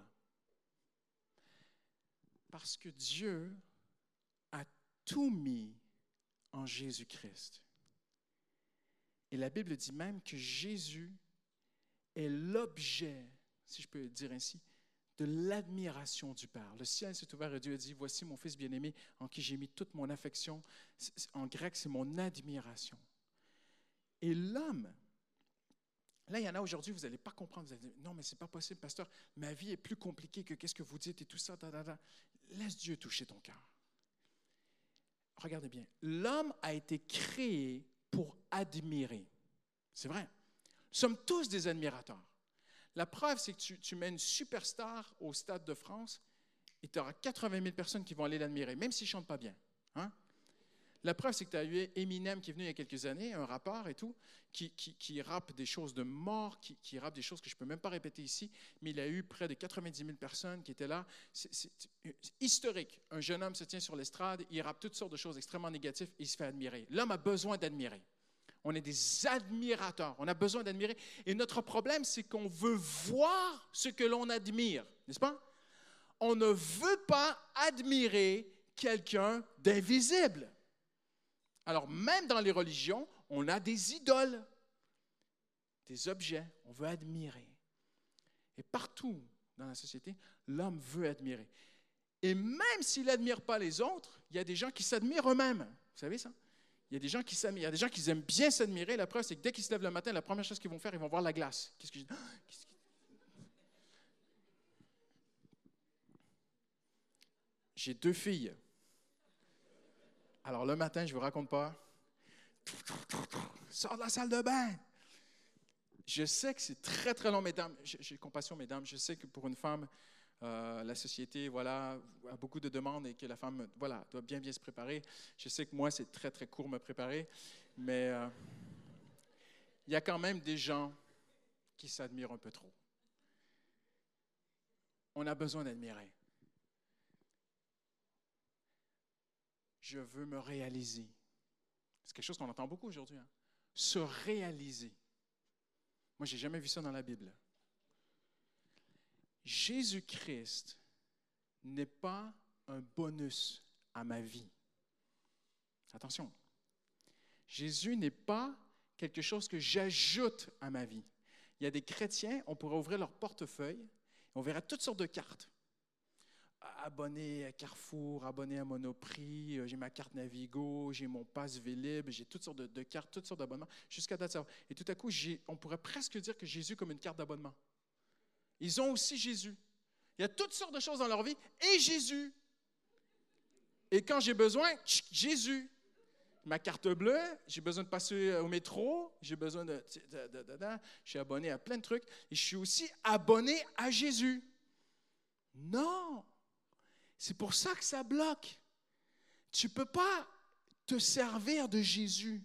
A: Parce que Dieu a tout mis en Jésus-Christ. Et la Bible dit même que Jésus est l'objet, si je peux le dire ainsi, de l'admiration du Père. Le ciel s'est ouvert et Dieu a dit, « Voici mon Fils bien-aimé en qui j'ai mis toute mon affection. » En grec, c'est mon admiration. Et l'homme, là, il y en a aujourd'hui, vous n'allez pas comprendre. Vous allez dire, « Non, mais ce n'est pas possible, pasteur. Ma vie est plus compliquée que qu'est-ce que vous dites et tout ça. Da, da, da. » Laisse Dieu toucher ton cœur. Regardez bien. L'homme a été créé pour admirer. C'est vrai. Nous sommes tous des admirateurs. La preuve, c'est que tu, tu mets une superstar au Stade de France et tu auras quatre-vingt mille personnes qui vont aller l'admirer, même s'il ne chante pas bien. Hein? La preuve, c'est que tu as eu Eminem qui est venu il y a quelques années, un rappeur et tout, qui, qui, qui rappe des choses de mort, qui, qui rappe des choses que je ne peux même pas répéter ici, mais il a eu près de quatre-vingt-dix mille personnes qui étaient là. C'est, c'est, c'est historique. Un jeune homme se tient sur l'estrade, il rappe toutes sortes de choses extrêmement négatives et il se fait admirer. L'homme a besoin d'admirer. On est des admirateurs. On a besoin d'admirer. Et notre problème, c'est qu'on veut voir ce que l'on admire, n'est-ce pas? On ne veut pas admirer quelqu'un d'invisible. Alors, même dans les religions, on a des idoles, des objets. On veut admirer. Et partout dans la société, l'homme veut admirer. Et même s'il n'admire pas les autres, il y a des gens qui s'admirent eux-mêmes. Vous savez ça? Il y a des gens qui s'admirent, il y a des gens qui aiment bien s'admirer. La preuve, c'est que dès qu'ils se lèvent le matin, la première chose qu'ils vont faire, ils vont voir la glace. Qu'est-ce que je dis? Qu'est-ce que... J'ai deux filles. Alors le matin, je ne vous raconte pas. Sors de la salle de bain. Je sais que c'est très, très long, mesdames. J'ai compassion, mesdames. Je sais que pour une femme, Euh, la société, voilà, a beaucoup de demandes et que la femme, voilà, doit bien, bien se préparer. Je sais que moi, c'est très, très court me préparer, mais euh, il y a quand même des gens qui s'admirent un peu trop. On a besoin d'admirer. Je veux me réaliser. C'est quelque chose qu'on entend beaucoup aujourd'hui. Hein? Se réaliser. Moi, je n'ai jamais vu ça dans la Bible. Jésus-Christ n'est pas un bonus à ma vie. Attention. Jésus n'est pas quelque chose que j'ajoute à ma vie. Il y a des chrétiens, on pourrait ouvrir leur portefeuille, on verra toutes sortes de cartes. Abonné à Carrefour, abonné à Monoprix, j'ai ma carte Navigo, j'ai mon pass Vélib, j'ai toutes sortes de, de cartes, toutes sortes d'abonnements, jusqu'à date. Et tout à coup, j'ai, on pourrait presque dire que Jésus comme une carte d'abonnement. Ils ont aussi Jésus. Il y a toutes sortes de choses dans leur vie et Jésus. Et quand j'ai besoin, tchic, Jésus. Ma carte bleue, j'ai besoin de passer au métro, j'ai besoin de, de, de, de, de... Je suis abonné à plein de trucs et je suis aussi abonné à Jésus. Non! C'est pour ça que ça bloque. Tu ne peux pas te servir de Jésus.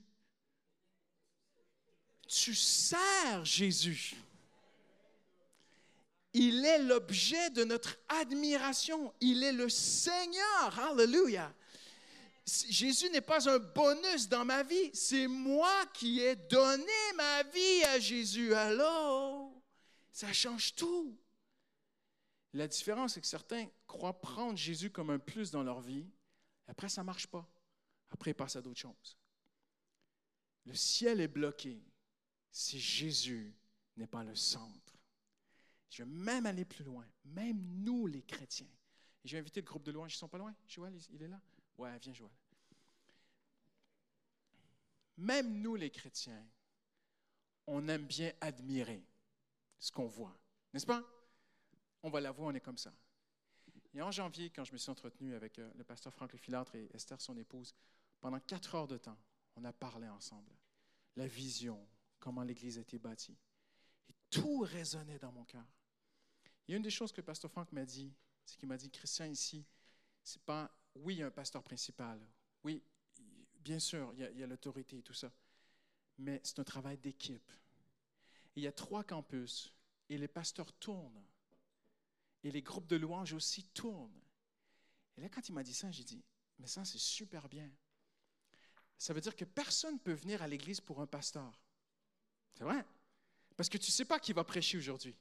A: Tu sers Jésus. Il est l'objet de notre admiration. Il est le Seigneur. Alléluia. Jésus n'est pas un bonus dans ma vie. C'est moi qui ai donné ma vie à Jésus. Allô? Ça change tout. La différence, c'est que certains croient prendre Jésus comme un plus dans leur vie. Après, ça ne marche pas. Après, ils passent à d'autres choses. Le ciel est bloqué si Jésus n'est pas le centre. Je vais même aller plus loin. Même nous, les chrétiens. Et je vais inviter le groupe de louanges. Ils ne sont pas loin? Joël, il est là? Ouais, viens, Joël. Même nous, les chrétiens, on aime bien admirer ce qu'on voit. N'est-ce pas? On va la voir, on est comme ça. Et en janvier, quand je me suis entretenu avec euh, le pasteur Franck Lefilâtre et Esther, son épouse, pendant quatre heures de temps, on a parlé ensemble. La vision, comment l'Église a été bâtie. Et tout résonnait dans mon cœur. Il y a une des choses que le pasteur Franck m'a dit, c'est qu'il m'a dit, Christian, ici, c'est pas, oui, il y a un pasteur principal. Oui, bien sûr, il y a, il y a l'autorité et tout ça. Mais c'est un travail d'équipe. Et il y a trois campus et les pasteurs tournent. Et les groupes de louanges aussi tournent. Et là, quand il m'a dit ça, j'ai dit, mais ça, c'est super bien. Ça veut dire que personne ne peut venir à l'église pour un pasteur. C'est vrai. Parce que tu ne sais pas qui va prêcher aujourd'hui.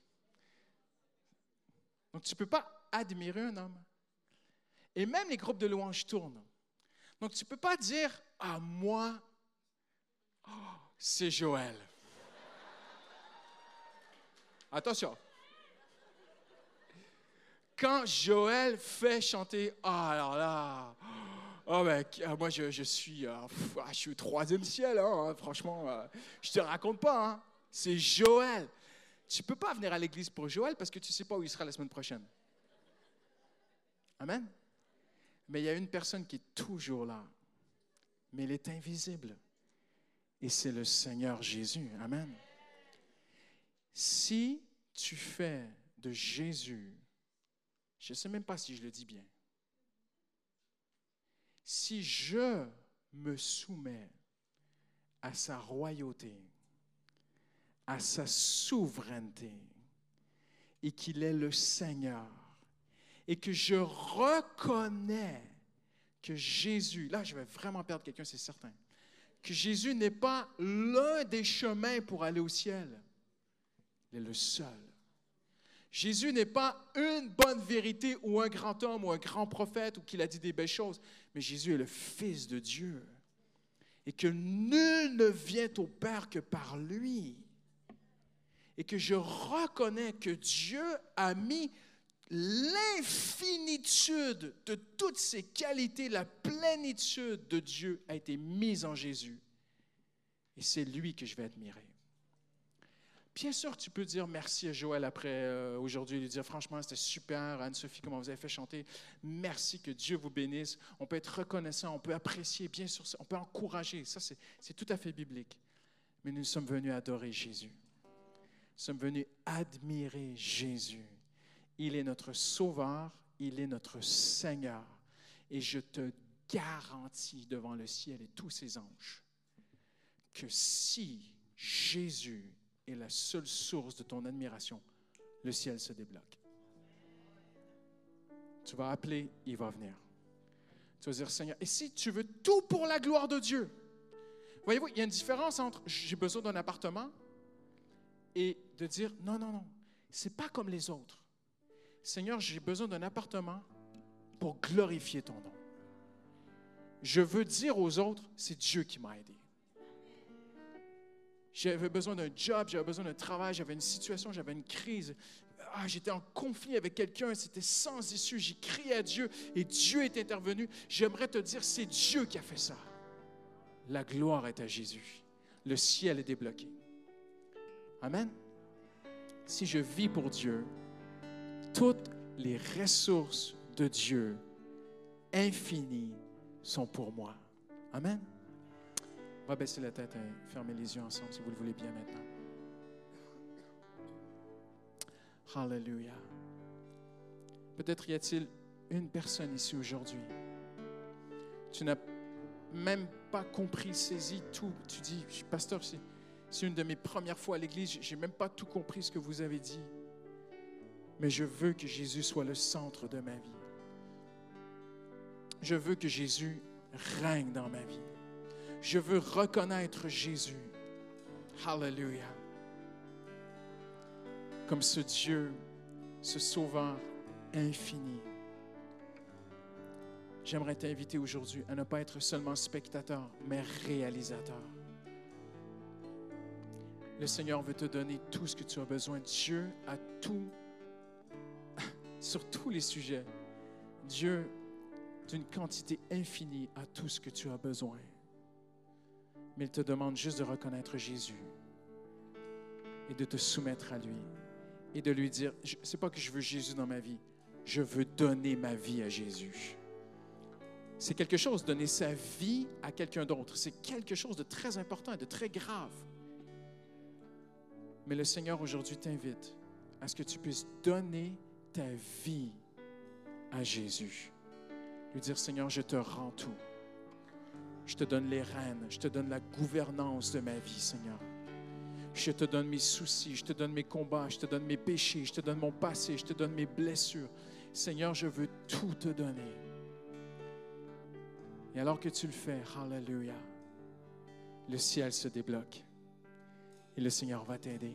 A: Donc, tu ne peux pas admirer un homme. Et même les groupes de louanges tournent. Donc, tu ne peux pas dire, ah, moi, oh, c'est Joël. Attention. Quand Joël fait chanter, ah, alors là, oh, ben, moi, je, je, suis, euh, pff, je suis au troisième ciel, hein, franchement, euh, je ne te raconte pas, hein, c'est Joël. Tu ne peux pas venir à l'église pour Joël parce que tu ne sais pas où il sera la semaine prochaine. Amen. Mais il y a une personne qui est toujours là, mais elle est invisible. Et c'est le Seigneur Jésus. Amen. Si tu fais de Jésus, je ne sais même pas si je le dis bien, si je me soumets à sa royauté, à sa souveraineté, et qu'il est le Seigneur, et que je reconnais que Jésus, là je vais vraiment perdre quelqu'un, c'est certain, que Jésus n'est pas l'un des chemins pour aller au ciel, il est le seul. Jésus n'est pas une bonne vérité ou un grand homme ou un grand prophète ou qu'il a dit des belles choses, mais Jésus est le Fils de Dieu et que nul ne vient au Père que par lui et que je reconnais que Dieu a mis l'infinitude de toutes ses qualités, la plénitude de Dieu a été mise en Jésus et c'est lui que je vais admirer. Bien sûr, tu peux dire merci à Joël après euh, aujourd'hui et lui dire franchement, c'était super, Anne-Sophie, comment vous avez fait chanter. Merci, que Dieu vous bénisse. On peut être reconnaissant, on peut apprécier, bien sûr, on peut encourager. Ça, c'est, c'est tout à fait biblique. Mais nous sommes venus adorer Jésus. Nous sommes venus admirer Jésus. Il est notre Sauveur, il est notre Seigneur. Et je te garantis devant le ciel et tous ses anges que si Jésus est la seule source de ton admiration, le ciel se débloque. Tu vas appeler, il va venir. Tu vas dire, Seigneur, et si tu veux tout pour la gloire de Dieu? Voyez-vous, il y a une différence entre j'ai besoin d'un appartement et de dire, non, non, non, c'est pas comme les autres. Seigneur, j'ai besoin d'un appartement pour glorifier ton nom. Je veux dire aux autres, c'est Dieu qui m'a aidé. J'avais besoin d'un job, j'avais besoin d'un travail, j'avais une situation, j'avais une crise. Ah, j'étais en conflit avec quelqu'un, c'était sans issue. J'ai crié à Dieu et Dieu est intervenu. J'aimerais te dire, c'est Dieu qui a fait ça. La gloire est à Jésus. Le ciel est débloqué. Amen. Si je vis pour Dieu, toutes les ressources de Dieu infinies sont pour moi. Amen. On va baisser la tête et fermer les yeux ensemble si vous le voulez bien maintenant. Alléluia. Peut-être y a-t-il une personne ici aujourd'hui. Tu n'as même pas compris, saisi tout. Tu dis, pasteur, c'est, c'est une de mes premières fois à l'église, je n'ai même pas tout compris ce que vous avez dit. Mais je veux que Jésus soit le centre de ma vie. Je veux que Jésus règne dans ma vie. Je veux reconnaître Jésus. Alléluia. Comme ce Dieu, ce Sauveur infini. J'aimerais t'inviter aujourd'hui à ne pas être seulement spectateur, mais réalisateur. Le Seigneur veut te donner tout ce que tu as besoin. Dieu a tout, sur tous les sujets. Dieu, d'une quantité infinie, a tout ce que tu as besoin. Mais il te demande juste de reconnaître Jésus et de te soumettre à lui et de lui dire, ce n'est pas que je veux Jésus dans ma vie, je veux donner ma vie à Jésus. C'est quelque chose, donner sa vie à quelqu'un d'autre. C'est quelque chose de très important et de très grave. Mais le Seigneur aujourd'hui t'invite à ce que tu puisses donner ta vie à Jésus. Lui dire, Seigneur, je te rends tout. Je te donne les rênes, je te donne la gouvernance de ma vie, Seigneur. Je te donne mes soucis, je te donne mes combats, je te donne mes péchés, je te donne mon passé, je te donne mes blessures. Seigneur, je veux tout te donner. Et alors que tu le fais, hallelujah, le ciel se débloque. Et le Seigneur va t'aider,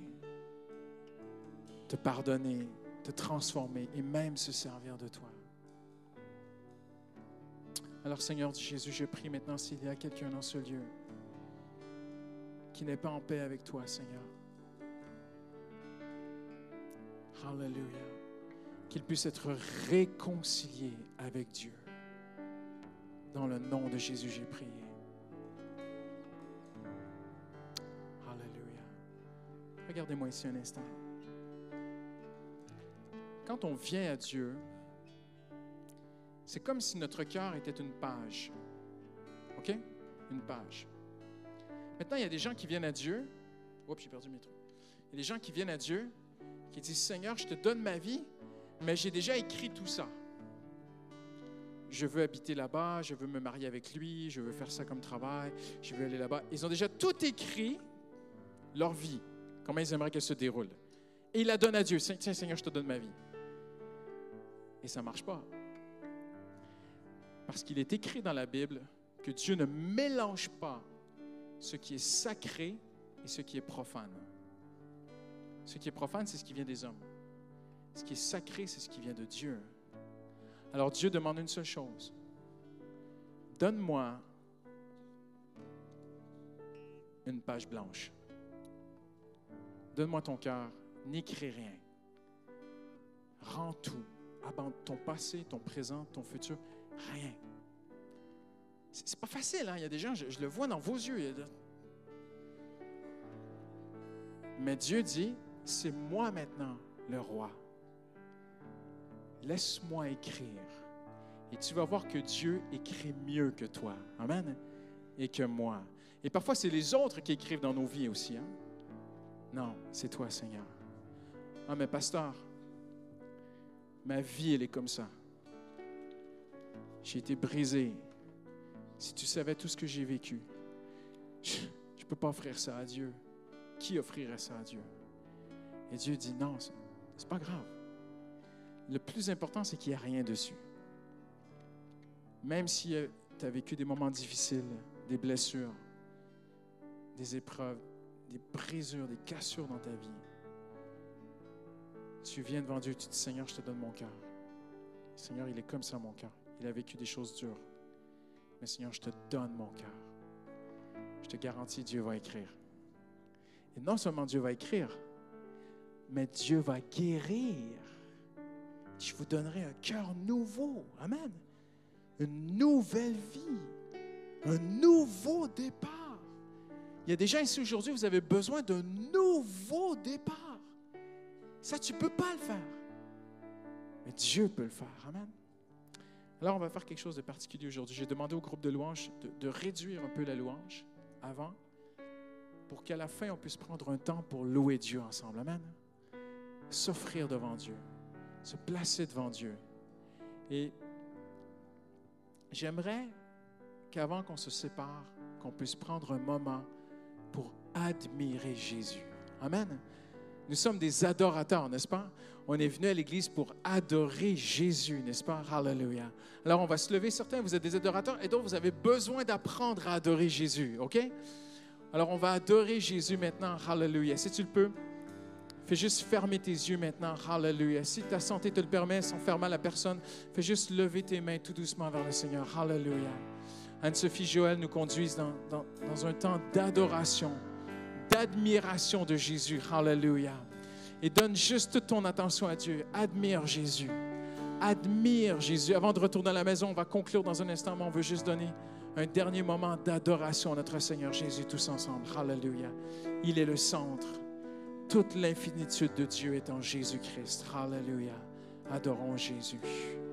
A: te pardonner, te transformer et même se servir de toi. Alors, Seigneur Jésus, je prie maintenant s'il y a quelqu'un dans ce lieu qui n'est pas en paix avec toi, Seigneur. Hallelujah. Qu'il puisse être réconcilié avec Dieu. Dans le nom de Jésus, j'ai prié. Hallelujah. Regardez-moi ici un instant. Quand on vient à Dieu, c'est comme si notre cœur était une page. OK? Une page. Maintenant, il y a des gens qui viennent à Dieu. Oups, j'ai perdu mes trucs. Il y a des gens qui viennent à Dieu, qui disent, Seigneur, je te donne ma vie, mais j'ai déjà écrit tout ça. Je veux habiter là-bas, je veux me marier avec lui, je veux faire ça comme travail, je veux aller là-bas. Ils ont déjà tout écrit, leur vie, comment ils aimeraient qu'elle se déroule. Et ils la donnent à Dieu. Tiens, Seigneur, je te donne ma vie. Et ça ne marche pas. Parce qu'il est écrit dans la Bible que Dieu ne mélange pas ce qui est sacré et ce qui est profane. Ce qui est profane, c'est ce qui vient des hommes. Ce qui est sacré, c'est ce qui vient de Dieu. Alors Dieu demande une seule chose. Donne-moi une page blanche. Donne-moi ton cœur, n'écris rien. Rends tout. Abandonne ton passé, ton présent, ton futur. Rien. C'est, c'est pas facile, hein? Il y a des gens, je, je le vois dans vos yeux. De... Mais Dieu dit, c'est moi maintenant le roi. Laisse-moi écrire. Et tu vas voir que Dieu écrit mieux que toi. Amen. Et que moi. Et parfois, c'est les autres qui écrivent dans nos vies aussi. Hein? Non, c'est toi, Seigneur. Ah, mais pasteur, ma vie, elle est comme ça. J'ai été brisé. Si tu savais tout ce que j'ai vécu, je ne peux pas offrir ça à Dieu. Qui offrirait ça à Dieu? Et Dieu dit, non, ce n'est pas grave. Le plus important, c'est qu'il n'y a rien dessus. Même si tu as vécu des moments difficiles, des blessures, des épreuves, des brisures, des cassures dans ta vie, tu viens devant Dieu, tu dis, Seigneur, je te donne mon cœur. Seigneur, il est comme ça, mon cœur. Il a vécu des choses dures. Mais Seigneur, je te donne mon cœur. Je te garantis, Dieu va écrire. Et non seulement Dieu va écrire, mais Dieu va guérir. Je vous donnerai un cœur nouveau. Amen. Une nouvelle vie. Un nouveau départ. Il y a des gens ici aujourd'hui, vous avez besoin d'un nouveau départ. Ça, tu ne peux pas le faire. Mais Dieu peut le faire. Amen. Alors, on va faire quelque chose de particulier aujourd'hui. J'ai demandé au groupe de louanges de, de réduire un peu la louange avant pour qu'à la fin, on puisse prendre un temps pour louer Dieu ensemble. Amen. S'offrir devant Dieu. Se placer devant Dieu. Et j'aimerais qu'avant qu'on se sépare, qu'on puisse prendre un moment pour admirer Jésus. Amen. Nous sommes des adorateurs, n'est-ce pas? On est venu à l'Église pour adorer Jésus, n'est-ce pas? Hallelujah. Alors, on va se lever. Certains, vous êtes des adorateurs et d'autres, vous avez besoin d'apprendre à adorer Jésus, OK? Alors, on va adorer Jésus maintenant. Hallelujah. Si tu le peux, fais juste fermer tes yeux maintenant. Hallelujah. Si ta santé te le permet, sans faire mal à personne, fais juste lever tes mains tout doucement vers le Seigneur. Hallelujah. Anne-Sophie, Joël nous conduisent dans, dans, dans un temps d'adoration, d'admiration de Jésus. Hallelujah. Et donne juste ton attention à Dieu. Admire Jésus. Admire Jésus. Avant de retourner à la maison, on va conclure dans un instant, mais on veut juste donner un dernier moment d'adoration à notre Seigneur Jésus tous ensemble. Hallelujah. Il est le centre. Toute l'infinitude de Dieu est en Jésus-Christ. Hallelujah. Adorons Jésus.